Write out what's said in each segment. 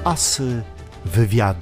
Asy wywiadu.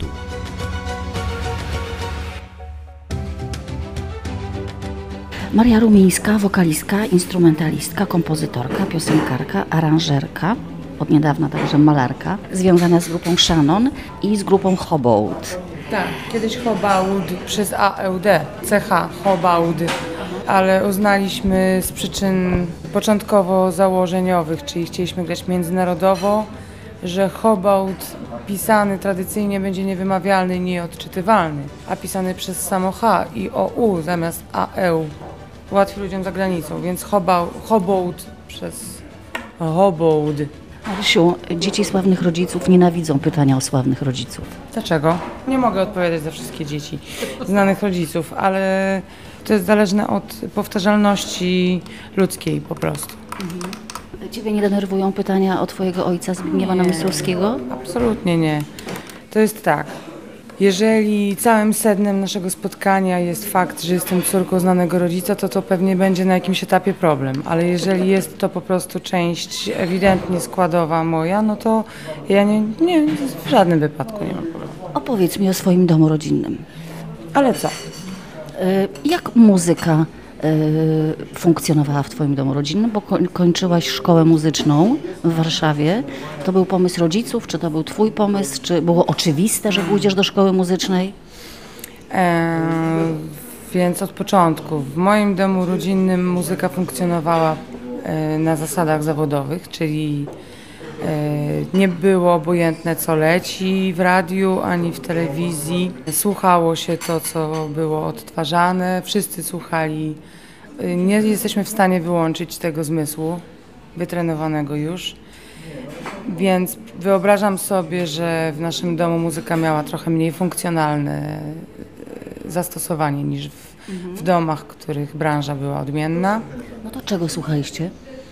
Maria Rumińska, wokalistka, instrumentalistka, kompozytorka, piosenkarka, aranżerka, od niedawna także malarka, związana z grupą Shannon i z grupą Hobout. Tak, kiedyś Hobaud przez AEUD, CH, Hobaud, ale uznaliśmy z przyczyn początkowo założeniowych, czyli chcieliśmy grać międzynarodowo, że Hobaud pisany tradycyjnie będzie niewymawialny i nieodczytywalny, a pisany przez samo H i OU zamiast AEU łatwiej ludziom za granicą, więc Hobaud przez Hobaud. Marysiu, dzieci sławnych rodziców nienawidzą pytania o sławnych rodziców. Dlaczego? Nie mogę odpowiadać za wszystkie dzieci znanych rodziców, ale to jest zależne od powtarzalności ludzkiej po prostu. Ciebie nie denerwują pytania o twojego ojca Zbigniewa Namysłowskiego? Absolutnie nie. To jest tak. Jeżeli całym sednem naszego spotkania jest fakt, że jestem córką znanego rodzica, to pewnie będzie na jakimś etapie problem. Ale jeżeli jest to po prostu część ewidentnie składowa moja, no to ja nie w żadnym wypadku nie mam problemu. Opowiedz mi o swoim domu rodzinnym. Ale co? Jak muzyka funkcjonowała w twoim domu rodzinnym, bo kończyłaś szkołę muzyczną w Warszawie. To był pomysł rodziców, czy to był twój pomysł, czy było oczywiste, że pójdziesz do szkoły muzycznej? Więc od początku w moim domu rodzinnym muzyka funkcjonowała na zasadach zawodowych, czyli nie było obojętne co leci w radiu ani w telewizji. Słuchało się to, co było odtwarzane, wszyscy słuchali. Nie jesteśmy w stanie wyłączyć tego zmysłu, wytrenowanego już. Więc wyobrażam sobie, że w naszym domu muzyka miała trochę mniej funkcjonalne zastosowanie niż w domach, których branża była odmienna. No to czego słuchaliście?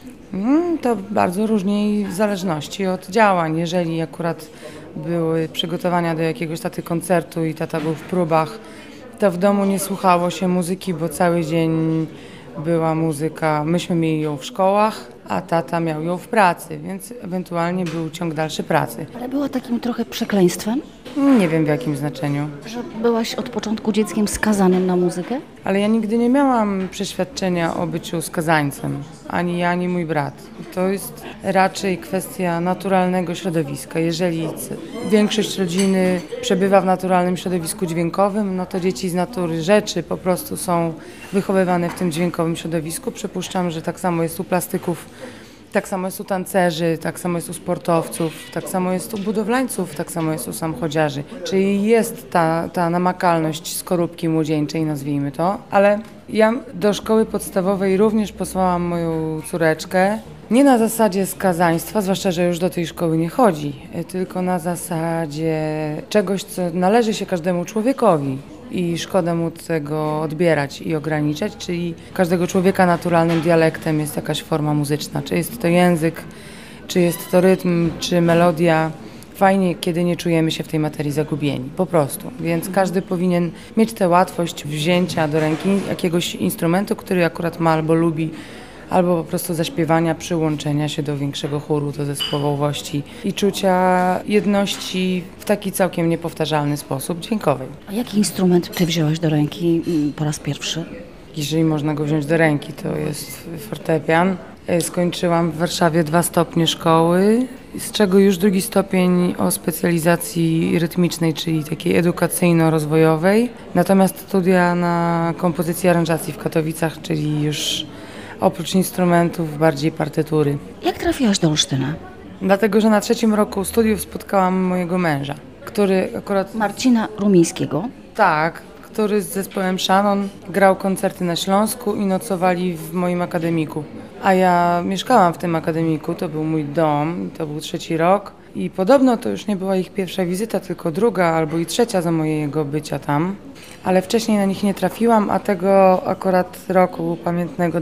To bardzo różnie w zależności od działań. Jeżeli akurat były przygotowania do jakiegoś taty koncertu i tata był w próbach, to w domu nie słuchało się muzyki, bo cały dzień była muzyka. Myśmy mieli ją w szkołach, a tata miał ją w pracy, więc ewentualnie był ciąg dalszy pracy. Ale była takim trochę przekleństwem, Nie wiem w jakim znaczeniu. że byłaś od początku dzieckiem skazanym na muzykę? Ale ja nigdy nie miałam przeświadczenia o byciu skazańcem. Ani ja, ani mój brat. To jest raczej kwestia naturalnego środowiska. Jeżeli większość rodziny przebywa w naturalnym środowisku dźwiękowym, no to dzieci z natury rzeczy po prostu są wychowywane w tym dźwiękowym środowisku. Przypuszczam, że tak samo jest u plastyków, tak samo jest u tancerzy, tak samo jest u sportowców, tak samo jest u budowlańców, tak samo jest u samochodziarzy. Czyli jest ta namakalność skorupki młodzieńczej, nazwijmy to, ale ja do szkoły podstawowej również posłałam moją córeczkę, nie na zasadzie skazaństwa, zwłaszcza, że już do tej szkoły nie chodzi, tylko na zasadzie czegoś, co należy się każdemu człowiekowi. I szkoda mu tego odbierać i ograniczać, czyli każdego człowieka naturalnym dialektem jest jakaś forma muzyczna. Czy jest to język, czy jest to rytm, czy melodia. Fajnie, kiedy nie czujemy się w tej materii zagubieni, po prostu. Więc każdy powinien mieć tę łatwość wzięcia do ręki jakiegoś instrumentu, który akurat ma albo lubi, albo po prostu zaśpiewania, przyłączenia się do większego chóru, do zespołowości i czucia jedności w taki całkiem niepowtarzalny sposób dźwiękowej. A jaki instrument ty wzięłaś do ręki po raz pierwszy? Jeżeli można go wziąć do ręki, to jest fortepian. Skończyłam w Warszawie 2 stopnie szkoły, z czego już 2 stopień o specjalizacji rytmicznej, czyli takiej edukacyjno-rozwojowej. Natomiast studia na kompozycji i aranżacji w Katowicach, czyli już oprócz instrumentów bardziej partytury. Jak trafiłaś do Olsztyna? Dlatego, że na 3. roku studiów spotkałam mojego męża, który akurat... Marcina Rumińskiego. Tak, który z zespołem Shannon grał koncerty na Śląsku i nocowali w moim akademiku. A ja mieszkałam w tym akademiku, to był mój dom, to był 3. rok i podobno to już nie była ich pierwsza wizyta, tylko 2. albo i 3. za mojego bycia tam. Ale wcześniej na nich nie trafiłam, a tego akurat roku pamiętnego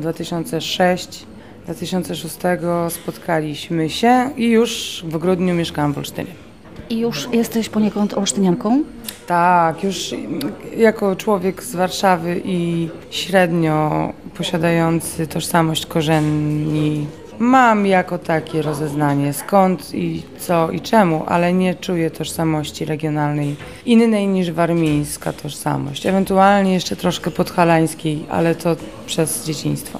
2006 spotkaliśmy się i już w grudniu mieszkałam w Olsztynie. I już jesteś poniekąd olsztynianką? Tak, już jako człowiek z Warszawy i średnio posiadający tożsamość korzeni Mam jako takie rozeznanie skąd i co i czemu, ale nie czuję tożsamości regionalnej innej niż warmińska tożsamość. Ewentualnie jeszcze troszkę podhalańskiej, ale to przez dzieciństwo.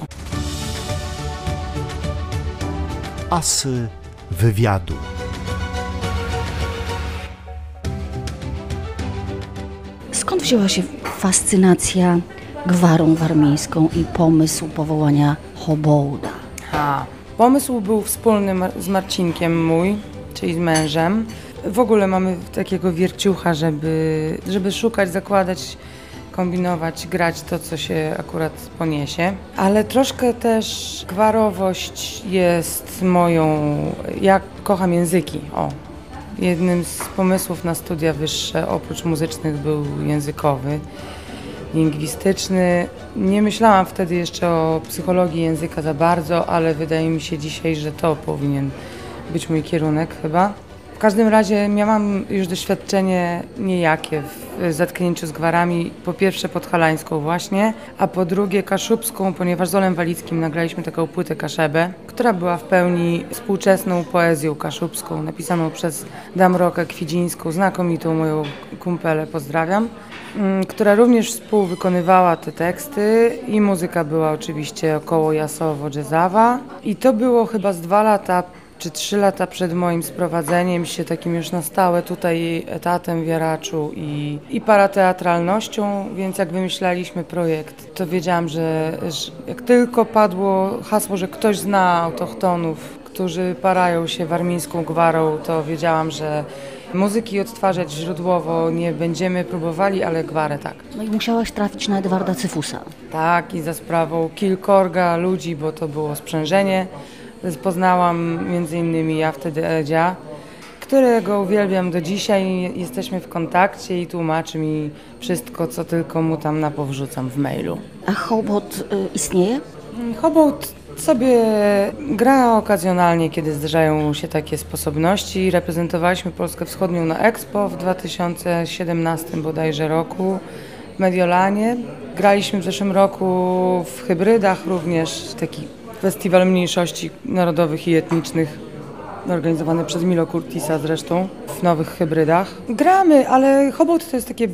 Asy wywiadu. Skąd wzięła się fascynacja gwarą warmińską i pomysł powołania Hobołda? Pomysł był wspólny z Marcinkiem mój, czyli z mężem. W ogóle mamy takiego wierciucha, żeby szukać, zakładać, kombinować, grać to, co się akurat poniesie. Ale troszkę też gwarowość jest moją... Ja kocham języki, Jednym z pomysłów na studia wyższe, oprócz muzycznych, był językowy, lingwistyczny. Nie myślałam wtedy jeszcze o psychologii języka za bardzo, ale wydaje mi się dzisiaj, że to powinien być mój kierunek chyba. W każdym razie miałam już doświadczenie niejakie w zetknięciu z gwarami. Po pierwsze podhalańską właśnie, a po drugie kaszubską, ponieważ z Olem Walickim nagraliśmy taką płytę Kaszebę, która była w pełni współczesną poezją kaszubską, napisaną przez Damrokę Kwidzińską, znakomitą moją kumpelę, pozdrawiam, która również współwykonywała te teksty i muzyka była oczywiście około jasowo-jazzowa. I to było chyba z 2 lata czy 3 lata przed moim sprowadzeniem się takim już na stałe tutaj etatem w Jaraczu i parateatralnością, więc jak wymyślaliśmy projekt, to wiedziałam, że jak tylko padło hasło, że ktoś zna autochtonów, którzy parają się warmińską gwarą, to wiedziałam, że muzyki odtwarzać źródłowo nie będziemy próbowali, ale gwarę tak. No i musiałaś trafić na Edwarda Cyfusa. Tak, i za sprawą kilkorga ludzi, bo to było sprzężenie. Poznałam między innymi ja wtedy Edzia, którego uwielbiam do dzisiaj. Jesteśmy w kontakcie i tłumaczy mi wszystko, co tylko mu tam napowrzucam w mailu. A Hobołd istnieje? Hobołd sobie gra okazjonalnie, kiedy zdarzają się takie sposobności. Reprezentowaliśmy Polskę Wschodnią na Expo w 2017 bodajże roku w Mediolanie. Graliśmy w zeszłym roku w Hybrydach również, taki festiwal mniejszości narodowych i etnicznych, organizowany przez Milo Curtisa zresztą, w Nowych Hybrydach. Gramy, ale Hobołd to jest takie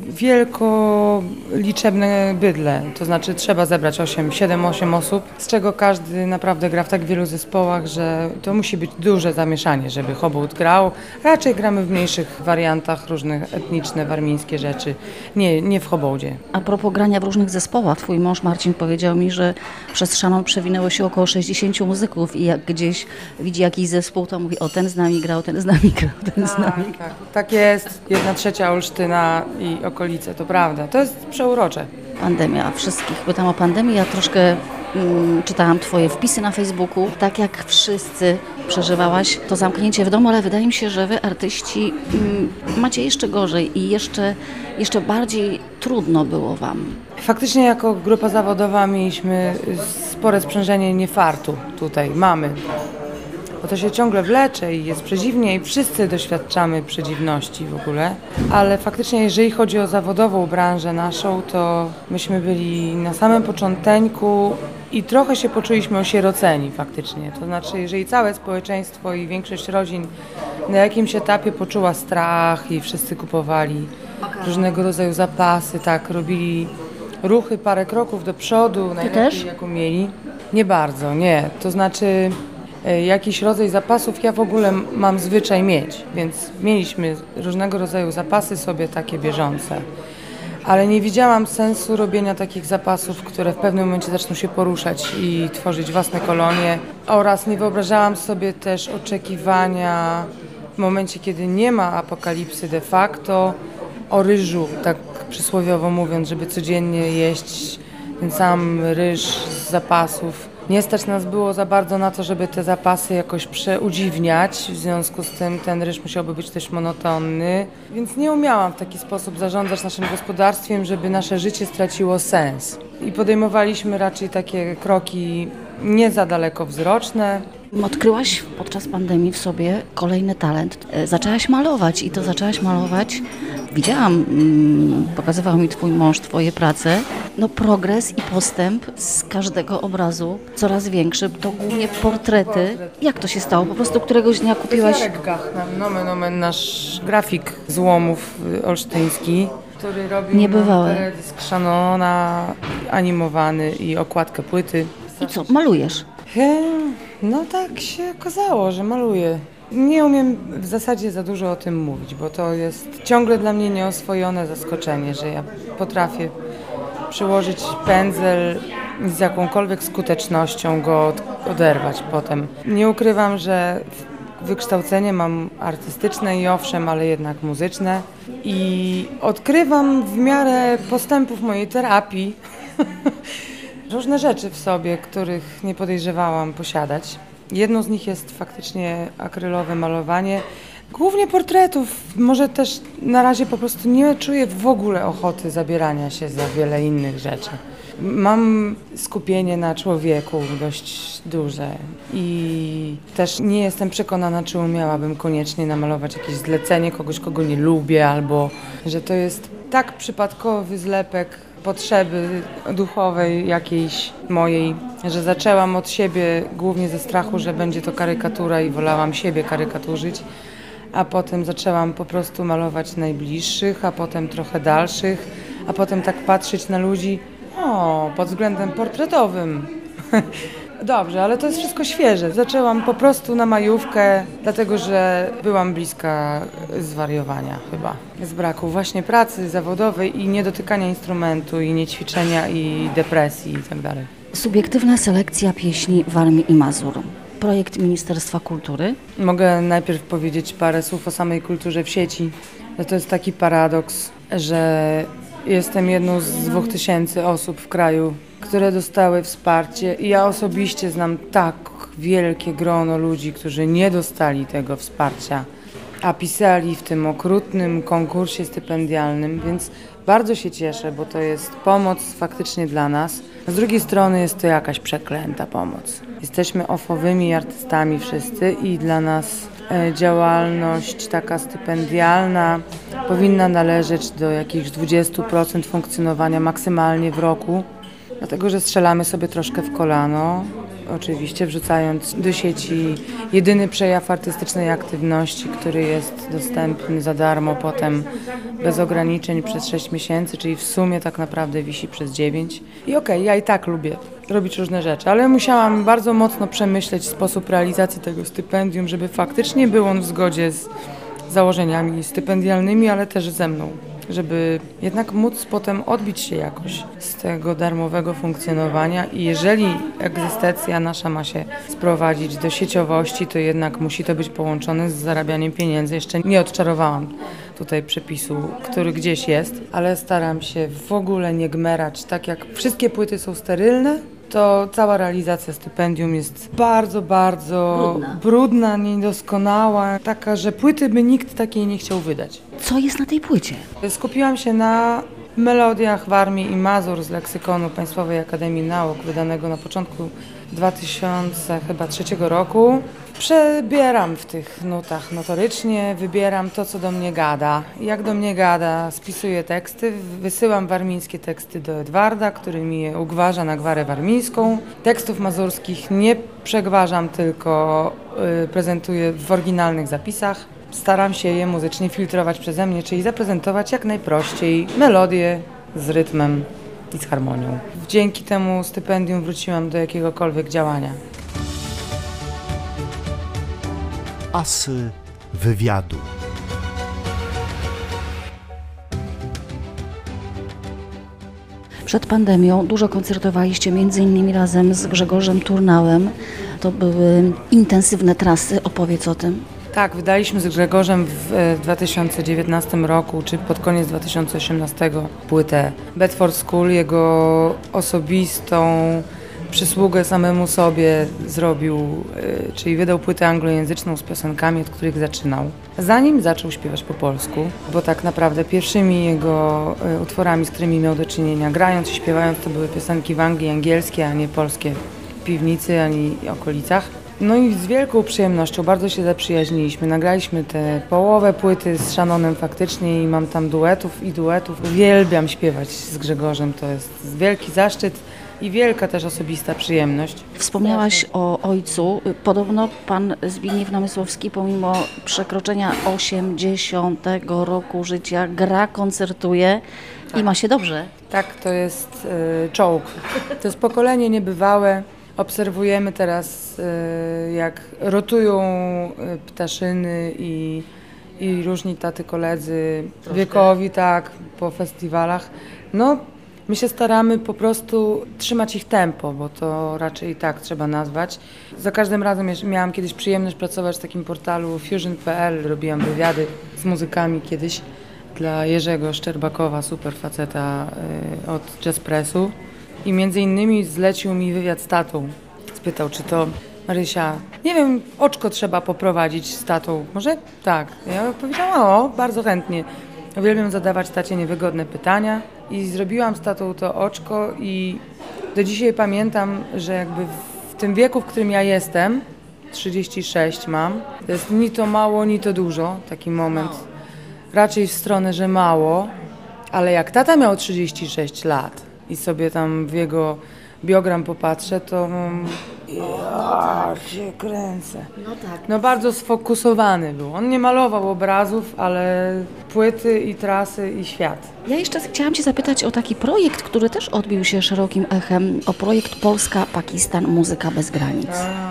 wielkoliczebne bydle, to znaczy trzeba zebrać 7-8 osób, z czego każdy naprawdę gra w tak wielu zespołach, że to musi być duże zamieszanie, żeby Hobołd grał. Raczej gramy w mniejszych wariantach, różne etniczne, warmińskie rzeczy, nie w Hobołdzie. A propos grania w różnych zespołach, twój mąż Marcin powiedział mi, że przez Szanon przewinęło się około 60 muzyków i jak gdzieś widzi jakiś zespół, to mówi: o, ten z nami grał, ten z nami grał, ten z nami grał. Tak jest. 1/3 Olsztyna i okolice, to prawda. To jest przeurocze. Pandemia, wszystkich pytam o pandemię. Ja troszkę czytałam twoje wpisy na Facebooku. Tak jak wszyscy przeżywałaś to zamknięcie w domu, ale wydaje mi się, że wy artyści macie jeszcze gorzej i jeszcze bardziej trudno było wam. Faktycznie jako grupa zawodowa mieliśmy spore sprzężenie niefartu tutaj. Mamy. Bo to się ciągle wlecze i jest przedziwnie i wszyscy doświadczamy przedziwności w ogóle. Ale faktycznie jeżeli chodzi o zawodową branżę naszą, to myśmy byli na samym początku i trochę się poczuliśmy osieroceni faktycznie. To znaczy, jeżeli całe społeczeństwo i większość rodzin na jakimś etapie poczuła strach i wszyscy kupowali różnego rodzaju zapasy, tak, robili ruchy parę kroków do przodu, najlepiej jak umieli. Nie bardzo, nie. To znaczy jakiś rodzaj zapasów ja w ogóle mam zwyczaj mieć, więc mieliśmy różnego rodzaju zapasy sobie takie bieżące. Ale nie widziałam sensu robienia takich zapasów, które w pewnym momencie zaczną się poruszać i tworzyć własne kolonie. Oraz nie wyobrażałam sobie też oczekiwania w momencie, kiedy nie ma apokalipsy de facto, o ryżu, tak przysłowiowo mówiąc, żeby codziennie jeść ten sam ryż z zapasów. Nie stać nas było za bardzo na to, żeby te zapasy jakoś przeudziwniać, w związku z tym ten ryż musiałby być dość monotonny, więc nie umiałam w taki sposób zarządzać naszym gospodarstwem, żeby nasze życie straciło sens. I podejmowaliśmy raczej takie kroki nie za dalekowzroczne. Odkryłaś podczas pandemii w sobie kolejny talent. Zaczęłaś malować i to zaczęłaś malować widziałam, pokazywał mi twój mąż, twoje prace, no progres i postęp z każdego obrazu coraz większy, to głównie portrety. Jak to się stało? Po prostu któregoś dnia kupiłaś... Jarek Gachna, nomen omen, nasz grafik z Łomów olsztyński, który robił Niebywałe. teledysk Shannona, animowany i okładkę płyty. I co, malujesz? No tak się okazało, że maluję. Nie umiem w zasadzie za dużo o tym mówić, bo to jest ciągle dla mnie nieoswojone zaskoczenie, że ja potrafię przyłożyć pędzel i z jakąkolwiek skutecznością go oderwać potem. Nie ukrywam, że wykształcenie mam artystyczne i owszem, ale jednak muzyczne. I odkrywam w miarę postępów mojej terapii różne rzeczy w sobie, których nie podejrzewałam posiadać. Jedną z nich jest faktycznie akrylowe malowanie, głównie portretów. Może też na razie po prostu nie czuję w ogóle ochoty zabierania się za wiele innych rzeczy. Mam skupienie na człowieku dość duże i też nie jestem przekonana, czy umiałabym koniecznie namalować jakieś zlecenie kogoś, kogo nie lubię, albo że to jest tak przypadkowy zlepek potrzeby duchowej jakiejś mojej, że zaczęłam od siebie głównie ze strachu, że będzie to karykatura i wolałam siebie karykaturzyć, a potem zaczęłam po prostu malować najbliższych, a potem trochę dalszych, a potem tak patrzeć na ludzi, pod względem portretowym. Dobrze, ale to jest wszystko świeże. Zaczęłam po prostu na majówkę, dlatego że byłam bliska zwariowania chyba. Z braku właśnie pracy zawodowej i niedotykania instrumentu, i niećwiczenia, i depresji i tak dalej. Subiektywna selekcja pieśni Warmii i Mazur. Projekt Ministerstwa Kultury. Mogę najpierw powiedzieć parę słów o samej kulturze w sieci. To jest taki paradoks, że jestem jedną z 2000 osób w kraju, które dostały wsparcie i ja osobiście znam tak wielkie grono ludzi, którzy nie dostali tego wsparcia, a pisali w tym okrutnym konkursie stypendialnym, więc bardzo się cieszę, bo to jest pomoc faktycznie dla nas. Z drugiej strony jest to jakaś przeklęta pomoc. Jesteśmy ofowymi artystami wszyscy i dla nas działalność taka stypendialna powinna należeć do jakichś 20% funkcjonowania maksymalnie w roku, dlatego że strzelamy sobie troszkę w kolano, oczywiście wrzucając do sieci jedyny przejaw artystycznej aktywności, który jest dostępny za darmo potem bez ograniczeń przez 6 miesięcy, czyli w sumie tak naprawdę wisi przez 9. I ja i tak lubię robić różne rzeczy, ale musiałam bardzo mocno przemyśleć sposób realizacji tego stypendium, żeby faktycznie był on w zgodzie z założeniami stypendialnymi, ale też ze mną, żeby jednak móc potem odbić się jakoś z tego darmowego funkcjonowania i jeżeli egzystencja nasza ma się sprowadzić do sieciowości, to jednak musi to być połączone z zarabianiem pieniędzy. Jeszcze nie odczarowałam tutaj przepisu, który gdzieś jest, ale staram się w ogóle nie gmerać. Tak jak wszystkie płyty są sterylne, to cała realizacja stypendium jest bardzo, bardzo brudna, niedoskonała, taka, że płyty by nikt takiej nie chciał wydać. Co jest na tej płycie? Skupiłam się na melodiach Warmii i Mazur z leksykonu Państwowej Akademii Nauk, wydanego na początku 2003 roku. Przebieram w tych nutach notorycznie, wybieram to, co do mnie gada. Jak do mnie gada, spisuję teksty, wysyłam warmińskie teksty do Edwarda, który mi je ugwarza na gwarę warmińską. Tekstów mazurskich nie przegważam, tylko prezentuję w oryginalnych zapisach. Staram się je muzycznie filtrować przeze mnie, czyli zaprezentować jak najprościej melodię z rytmem i z harmonią. Dzięki temu stypendium wróciłam do jakiegokolwiek działania. Asy wywiadu. Przed pandemią dużo koncertowaliście m.in. razem z Grzegorzem Turnałem. To były intensywne trasy. Opowiedz o tym. Tak, wydaliśmy z Grzegorzem w 2019 roku, czy pod koniec 2018 płytę Bedford School. Jego osobistą przysługę samemu sobie zrobił, czyli wydał płytę anglojęzyczną z piosenkami, od których zaczynał. Zanim zaczął śpiewać po polsku, bo tak naprawdę pierwszymi jego utworami, z którymi miał do czynienia, grając i śpiewając, to były piosenki w Anglii angielskie, a nie polskie w piwnicy ani okolicach. No i z wielką przyjemnością, bardzo się zaprzyjaźniliśmy. Nagraliśmy tę połowę płyty z Shannonem faktycznie i mam tam duetów i duetów. Uwielbiam śpiewać z Grzegorzem, to jest wielki zaszczyt i wielka też osobista przyjemność. Wspomniałaś o ojcu. Podobno pan Zbigniew Namysłowski pomimo przekroczenia 80 roku życia gra, koncertuje i ma się dobrze. Tak, to jest czołg. To jest pokolenie niebywałe. Obserwujemy teraz, jak rotują ptaszyny i różni tacy koledzy wiekowi, tak, po festiwalach. No, my się staramy po prostu trzymać ich tempo, bo to raczej tak trzeba nazwać. Za każdym razem miałam kiedyś przyjemność pracować w takim portalu fusion.pl, robiłam wywiady z muzykami kiedyś dla Jerzego Szczerbakowa, super faceta od Jazzpressu. I między innymi zlecił mi wywiad z tatą. Spytał, czy to Marysia, nie wiem, oczko trzeba poprowadzić z tatą. Może? Tak. Ja powiedziałam, o, bardzo chętnie. Uwielbiam zadawać tacie niewygodne pytania i zrobiłam z tatą to oczko i do dzisiaj pamiętam, że jakby w tym wieku, w którym ja jestem, 36 mam, to jest ni to mało, ni to dużo, taki moment. Raczej w stronę, że mało, ale jak tata miał 36 lat i sobie tam w jego biogram popatrzę, to ja się kręcę. No tak. No bardzo sfokusowany był. On nie malował obrazów, ale płyty i trasy i świat. Ja jeszcze chciałam Cię zapytać o taki projekt, który też odbił się szerokim echem, o projekt Polska-Pakistan Muzyka bez granic.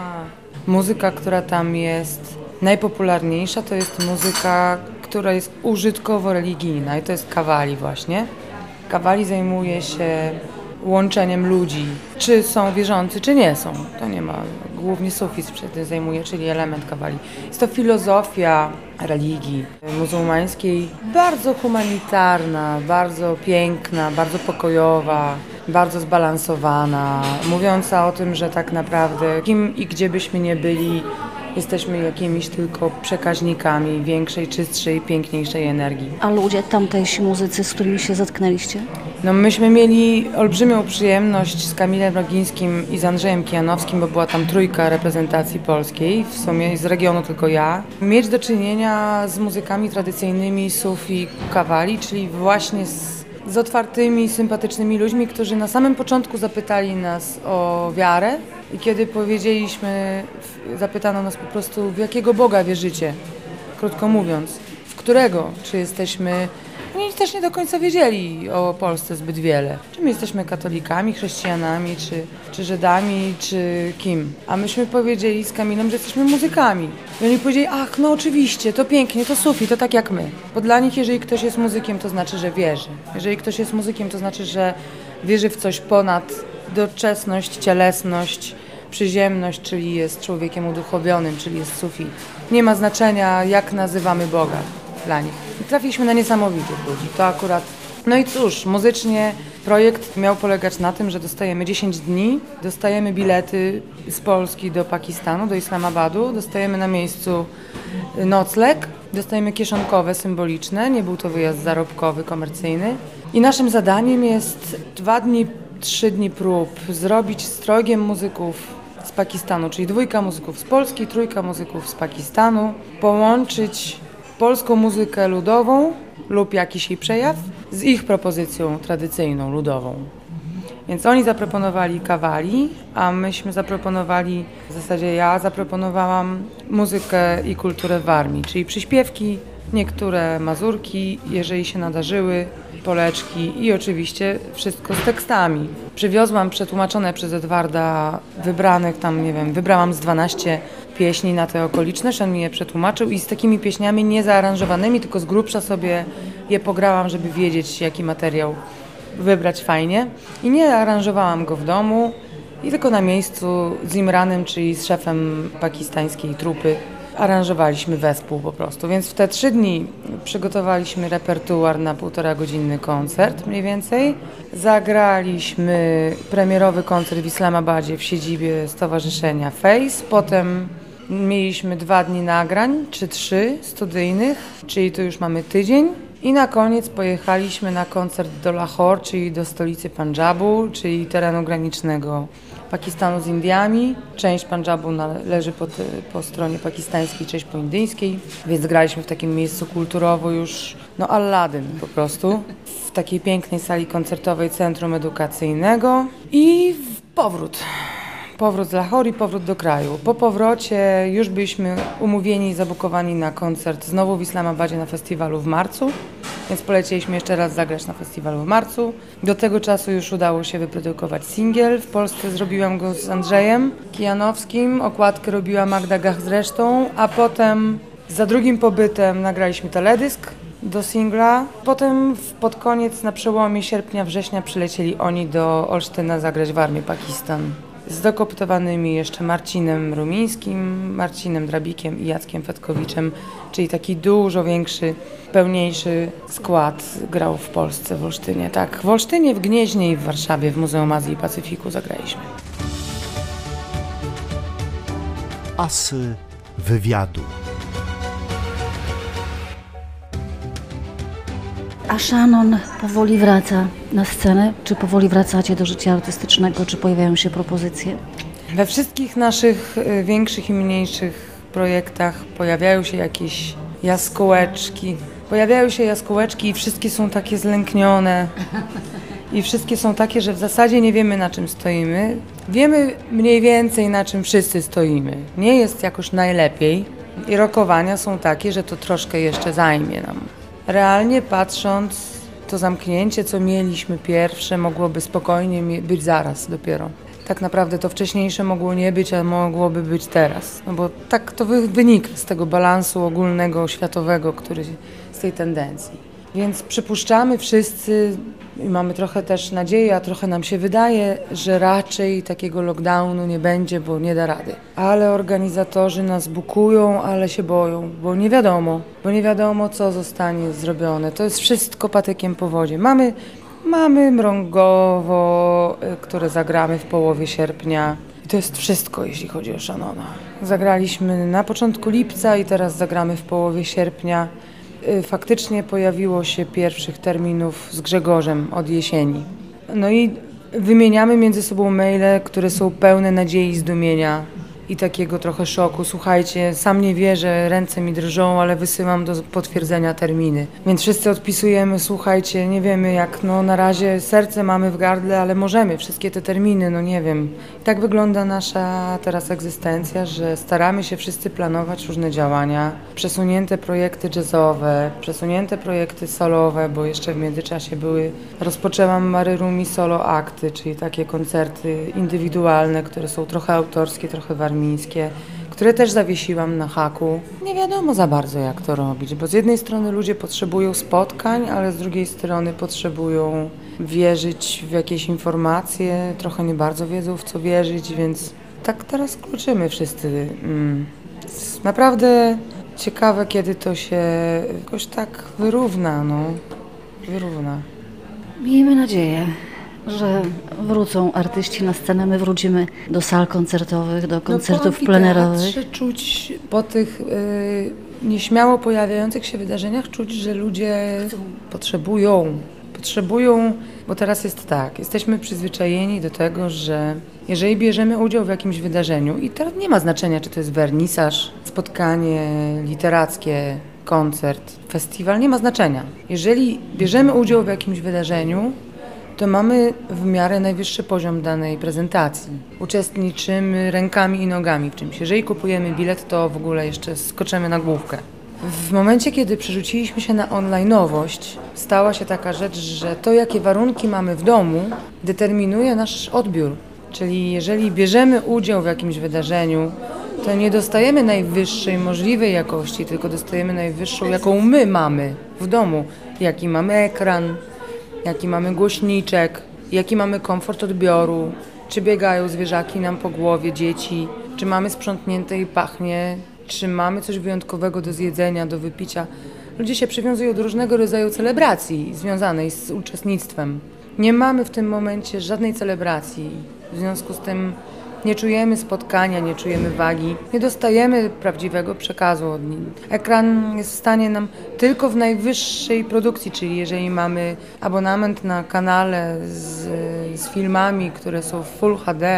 Muzyka, która tam jest najpopularniejsza, to jest muzyka, która jest użytkowo-religijna i to jest Kawali właśnie. Kawali zajmuje się łączeniem ludzi, czy są wierzący, czy nie są. To nie ma, głównie sufizm się tym zajmuje, czyli element Kawali. Jest to filozofia religii muzułmańskiej, bardzo humanitarna, bardzo piękna, bardzo pokojowa, bardzo zbalansowana, mówiąca o tym, że tak naprawdę kim i gdzie byśmy nie byli, jesteśmy jakimiś tylko przekaźnikami większej, czystszej, piękniejszej energii. A ludzie, tamtejsi muzycy, z którymi się zetknęliście? No myśmy mieli olbrzymią przyjemność z Kamilem Rogińskim i z Andrzejem Kijanowskim, bo była tam trójka reprezentacji polskiej, w sumie z regionu tylko ja. Mieć do czynienia z muzykami tradycyjnymi Sufi Kawali, czyli właśnie z otwartymi, sympatycznymi ludźmi, którzy na samym początku zapytali nas o wiarę i kiedy powiedzieliśmy, zapytano nas po prostu, w jakiego Boga wierzycie, krótko mówiąc, w którego, czy jesteśmy... Oni też nie do końca wiedzieli o Polsce zbyt wiele. Czy my jesteśmy katolikami, chrześcijanami, czy Żydami, czy kim. A myśmy powiedzieli z Kamilem, że jesteśmy muzykami. I oni powiedzieli, ach, no oczywiście, to pięknie, to Sufi, to tak jak my. Bo dla nich, jeżeli ktoś jest muzykiem, to znaczy, że wierzy. Jeżeli ktoś jest muzykiem, to znaczy, że wierzy w coś ponad doczesność, cielesność, przyziemność, czyli jest człowiekiem uduchowionym, czyli jest Sufi. Nie ma znaczenia, jak nazywamy Boga dla nich. I trafiliśmy na niesamowitych ludzi. To akurat... No i cóż, muzycznie projekt miał polegać na tym, że dostajemy 10 dni, dostajemy bilety z Polski do Pakistanu, do Islamabadu, dostajemy na miejscu nocleg, dostajemy kieszonkowe, symboliczne, nie był to wyjazd zarobkowy, komercyjny. I naszym zadaniem jest 2 dni, 3 dni prób zrobić z trojgiem muzyków z Pakistanu, czyli 2 muzyków z Polski, 3 muzyków z Pakistanu, połączyć polską muzykę ludową lub jakiś jej przejaw z ich propozycją tradycyjną, ludową. Więc oni zaproponowali Kawali, a myśmy zaproponowali, w zasadzie ja zaproponowałam muzykę i kulturę Warmii, czyli przyśpiewki, niektóre mazurki, jeżeli się nadarzyły, poleczki i oczywiście wszystko z tekstami. Przywiozłam przetłumaczone przez Edwarda wybranych tam, nie wiem, wybrałam z 12 pieśni na tę okoliczność, on mi je przetłumaczył i z takimi pieśniami nie zaaranżowanymi, tylko z grubsza sobie je pograłam, żeby wiedzieć, jaki materiał wybrać fajnie. I nie aranżowałam go w domu i tylko na miejscu z Imranem, czyli z szefem pakistańskiej trupy, aranżowaliśmy wespół po prostu. Więc w te 3 dni przygotowaliśmy repertuar na 1,5-godzinny koncert mniej więcej. Zagraliśmy premierowy koncert w Islamabadzie w siedzibie Stowarzyszenia Face. Potem mieliśmy 2 dni nagrań, czy 3 studyjnych, czyli tu już mamy tydzień. I na koniec pojechaliśmy na koncert do Lahore, czyli do stolicy Pandżabu, czyli terenu granicznego Pakistanu z Indiami. Część Pandżabu leży po stronie pakistańskiej, część po indyjskiej, więc graliśmy w takim miejscu kulturowo już, Aladdin po prostu, w takiej pięknej sali koncertowej Centrum Edukacyjnego i powrót z Lahore i powrót do kraju. Po powrocie już byliśmy umówieni i zabukowani na koncert znowu w Islamabadzie na festiwalu w marcu, więc polecieliśmy jeszcze raz zagrać na festiwalu w marcu. Do tego czasu już udało się wyprodukować singiel. W Polsce zrobiłam go z Andrzejem Kijanowskim, okładkę robiła Magda Gach zresztą, a potem za drugim pobytem nagraliśmy teledysk do singla. Potem pod koniec, na przełomie sierpnia-września przylecieli oni do Olsztyna zagrać w Armii Pakistan. Z dokoptowanymi jeszcze Marcinem Rumińskim, Marcinem Drabikiem i Jackiem Fetkowiczem, czyli taki dużo większy, pełniejszy skład grał w Polsce, w Olsztynie. Tak, w Olsztynie, w Gnieźnie i w Warszawie, w Muzeum Azji i Pacyfiku zagraliśmy. Asy wywiadu. A Shannon powoli wraca na scenę? Czy powoli wracacie do życia artystycznego? Czy pojawiają się propozycje? We wszystkich naszych większych i mniejszych projektach pojawiają się jakieś jaskółeczki. I wszystkie są takie zlęknione. I wszystkie są takie, że w zasadzie nie wiemy, na czym stoimy. Wiemy mniej więcej, na czym wszyscy stoimy. Nie jest jakoś najlepiej. I rokowania są takie, że to troszkę jeszcze zajmie nam. Realnie patrząc, to zamknięcie, co mieliśmy pierwsze, mogłoby spokojnie być zaraz dopiero. Tak naprawdę to wcześniejsze mogło nie być, a mogłoby być teraz. No bo tak to wynika z tego balansu ogólnego, światowego, który z tej tendencji. Więc przypuszczamy wszyscy i mamy trochę też nadzieję, a trochę nam się wydaje, że raczej takiego lockdownu nie będzie, bo nie da rady. Ale organizatorzy nas bukują, ale się boją, bo nie wiadomo, co zostanie zrobione. To jest wszystko patykiem po wodzie. Mamy Mrągowo, które zagramy w połowie sierpnia. I to jest wszystko, jeśli chodzi o Shannona. Zagraliśmy na początku lipca i teraz zagramy w połowie sierpnia. Faktycznie pojawiło się pierwszych terminów z Grzegorzem od jesieni. No i wymieniamy między sobą maile, które są pełne nadziei, zdumienia i takiego trochę szoku. Słuchajcie, sam nie wierzę, ręce mi drżą, ale wysyłam do potwierdzenia terminy. Więc wszyscy odpisujemy, słuchajcie, nie wiemy jak, na razie serce mamy w gardle, ale możemy, wszystkie te terminy, nie wiem. I tak wygląda nasza teraz egzystencja, że staramy się wszyscy planować różne działania, przesunięte projekty jazzowe, przesunięte projekty solowe, bo jeszcze w międzyczasie rozpoczęłam Mary Rumi solo akty, czyli takie koncerty indywidualne, które są trochę autorskie, trochę warmińskie, które też zawiesiłam na haku. Nie wiadomo za bardzo, jak to robić, bo z jednej strony ludzie potrzebują spotkań, ale z drugiej strony potrzebują wierzyć w jakieś informacje, trochę nie bardzo wiedzą, w co wierzyć, więc tak teraz kluczymy wszyscy. Jest naprawdę ciekawe, kiedy to się jakoś tak wyrówna. Miejmy nadzieję, że wrócą artyści na scenę, my wrócimy do sal koncertowych, do koncertów plenerowych. Czuć po tych nieśmiało pojawiających się wydarzeniach, czuć, że ludzie potrzebują, bo teraz jest tak, jesteśmy przyzwyczajeni do tego, że jeżeli bierzemy udział w jakimś wydarzeniu i teraz nie ma znaczenia, czy to jest wernisaż, spotkanie literackie, koncert, festiwal, nie ma znaczenia. Jeżeli bierzemy udział w jakimś wydarzeniu, to mamy w miarę najwyższy poziom danej prezentacji. Uczestniczymy rękami i nogami w czymś. Jeżeli kupujemy bilet, to w ogóle jeszcze skoczymy na główkę. W momencie, kiedy przerzuciliśmy się na online'owość, stała się taka rzecz, że to, jakie warunki mamy w domu, determinuje nasz odbiór. Czyli jeżeli bierzemy udział w jakimś wydarzeniu, to nie dostajemy najwyższej możliwej jakości, tylko dostajemy najwyższą, jaką my mamy w domu. Jaki mamy ekran, jaki mamy głośniczek, jaki mamy komfort odbioru, czy biegają zwierzaki nam po głowie, dzieci, czy mamy sprzątnięte i pachnie, czy mamy coś wyjątkowego do zjedzenia, do wypicia. Ludzie się przywiązują do różnego rodzaju celebracji związanej z uczestnictwem. Nie mamy w tym momencie żadnej celebracji, w związku z tym nie czujemy spotkania, nie czujemy wagi, nie dostajemy prawdziwego przekazu od nich. Ekran jest w stanie nam tylko w najwyższej produkcji, czyli jeżeli mamy abonament na kanale z filmami, które są w Full HD,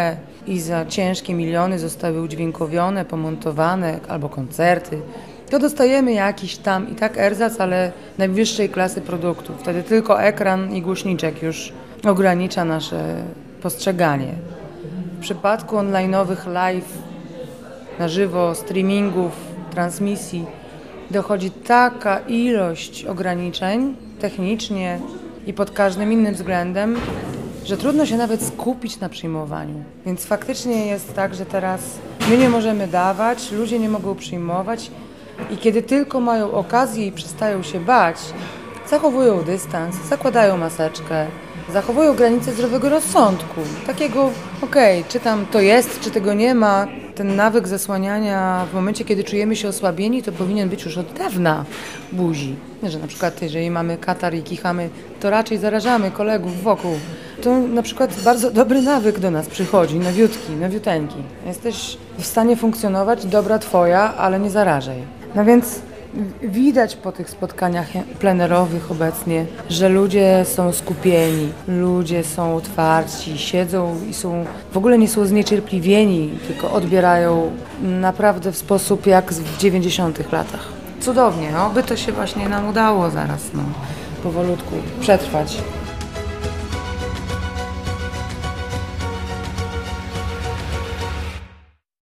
i za ciężkie miliony zostały udźwiękowione, pomontowane albo koncerty, to dostajemy jakiś tam i tak erzac, ale najwyższej klasy produktu. Wtedy tylko ekran i głośniczek już ogranicza nasze postrzeganie. W przypadku online'owych live, na żywo, streamingów, transmisji dochodzi taka ilość ograniczeń technicznie i pod każdym innym względem, że trudno się nawet skupić na przyjmowaniu. Więc faktycznie jest tak, że teraz my nie możemy dawać, ludzie nie mogą przyjmować i kiedy tylko mają okazję i przestają się bać, zachowują dystans, zakładają maseczkę, zachowują granice zdrowego rozsądku. Takiego, czy tam to jest, czy tego nie ma. Ten nawyk zasłaniania w momencie, kiedy czujemy się osłabieni, to powinien być już od dawna buzi. Że na przykład jeżeli mamy katar i kichamy, to raczej zarażamy kolegów wokół. To na przykład bardzo dobry nawyk do nas przychodzi, nowiuteńki. Jesteś w stanie funkcjonować, dobra twoja, ale nie zarażaj. No więc widać po tych spotkaniach plenerowych obecnie, że ludzie są skupieni, ludzie są otwarci, siedzą i w ogóle nie są zniecierpliwieni, tylko odbierają naprawdę w sposób jak w 90 latach. Cudownie, by to się właśnie nam udało zaraz, powolutku przetrwać.